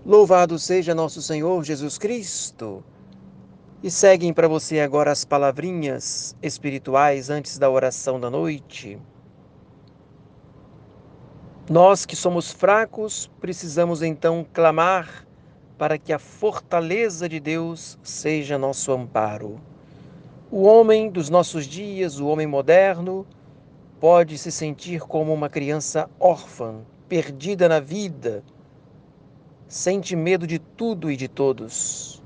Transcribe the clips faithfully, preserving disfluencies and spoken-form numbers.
Louvado seja nosso Senhor Jesus Cristo! E seguem para você agora as palavrinhas espirituais antes da oração da noite. Nós que somos fracos, precisamos então clamar para que a fortaleza de Deus seja nosso amparo. O homem dos nossos dias, o homem moderno, pode se sentir como uma criança órfã, perdida na vida, sente medo de tudo e de todos.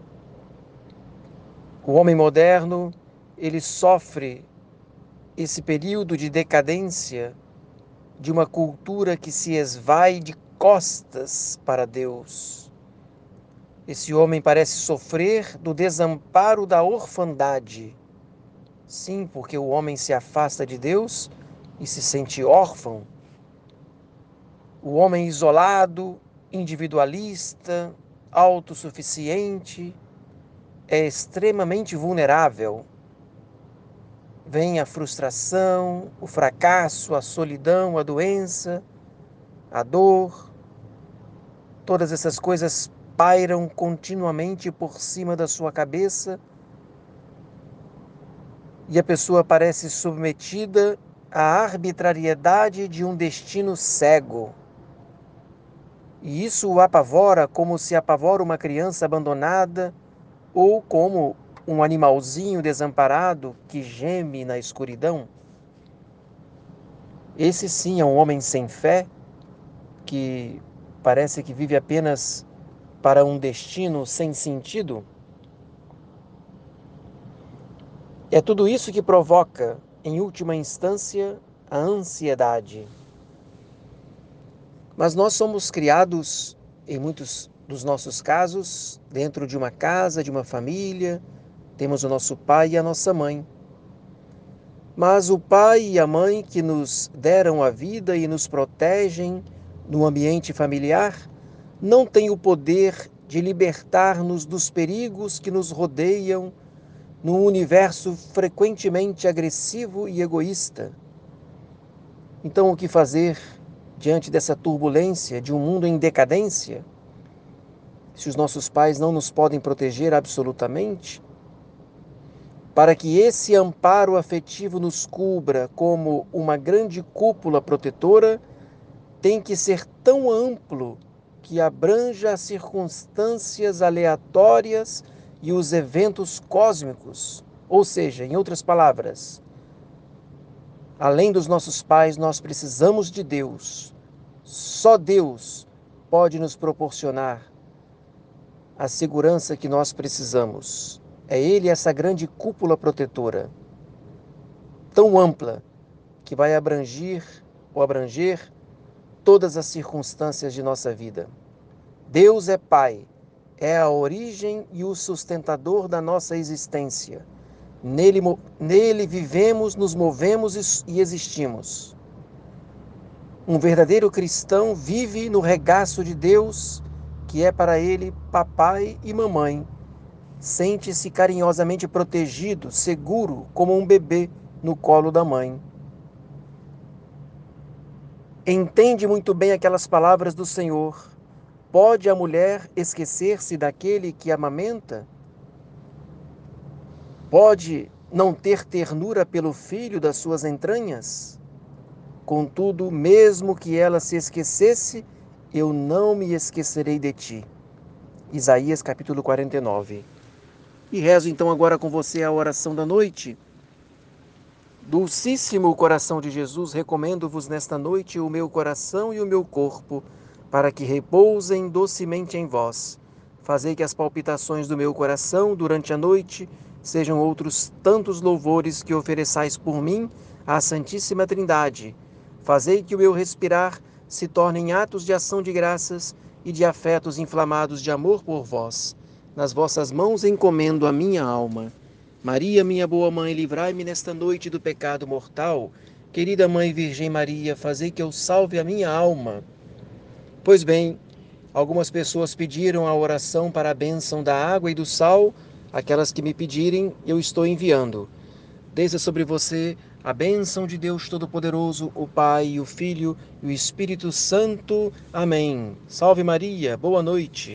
O homem moderno, ele sofre esse período de decadência de uma cultura que se esvai de costas para Deus. Esse homem parece sofrer do desamparo da orfandade. Sim, porque o homem se afasta de Deus e se sente órfão. O homem isolado, individualista, autossuficiente, é extremamente vulnerável. Vem a frustração, o fracasso, a solidão, a doença, a dor. Todas essas coisas pairam continuamente por cima da sua cabeça e a pessoa parece submetida à arbitrariedade de um destino cego. E isso o apavora como se apavora uma criança abandonada ou como um animalzinho desamparado que geme na escuridão. Esse sim é um homem sem fé, que parece que vive apenas para um destino sem sentido. É tudo isso que provoca, em última instância, a ansiedade. Mas nós somos criados, em muitos dos nossos casos, dentro de uma casa, de uma família, temos o nosso pai e a nossa mãe. Mas o pai e a mãe que nos deram a vida e nos protegem no ambiente familiar não têm o poder de libertar-nos dos perigos que nos rodeiam num universo frequentemente agressivo e egoísta. Então, o que fazer diante dessa turbulência de um mundo em decadência? Se os nossos pais não nos podem proteger absolutamente, para que esse amparo afetivo nos cubra como uma grande cúpula protetora, tem que ser tão amplo que abranja as circunstâncias aleatórias e os eventos cósmicos. Ou seja, em outras palavras, além dos nossos pais, nós precisamos de Deus. Só Deus pode nos proporcionar a segurança que nós precisamos. É Ele essa grande cúpula protetora, tão ampla, que vai abranger ou abranger todas as circunstâncias de nossa vida. Deus é Pai, é a origem e o sustentador da nossa existência. Nele, nele vivemos, nos movemos e existimos. Um verdadeiro cristão vive no regaço de Deus, que é para ele papai e mamãe. Sente-se carinhosamente protegido, seguro, como um bebê no colo da mãe. Entende muito bem aquelas palavras do Senhor. Pode a mulher esquecer-se daquele que amamenta? Pode não ter ternura pelo filho das suas entranhas? Contudo, mesmo que ela se esquecesse, eu não me esquecerei de ti. Isaías capítulo quarenta e nove. E rezo então agora com você a oração da noite. Dulcíssimo coração de Jesus, recomendo-vos nesta noite o meu coração e o meu corpo, para que repousem docemente em vós. Fazei que as palpitações do meu coração durante a noite sejam outros tantos louvores que ofereçais por mim à Santíssima Trindade. Fazei que o meu respirar se torne em atos de ação de graças e de afetos inflamados de amor por vós. Nas vossas mãos encomendo a minha alma. Maria, minha boa mãe, livrai-me nesta noite do pecado mortal. Querida Mãe Virgem Maria, fazei que eu salve a minha alma. Pois bem, algumas pessoas pediram a oração para a bênção da água e do sal. Aquelas que me pedirem, eu estou enviando. Desça sobre você A bênção de Deus Todo-Poderoso, o Pai, o Filho e o Espírito Santo. Amém. Salve Maria, boa noite.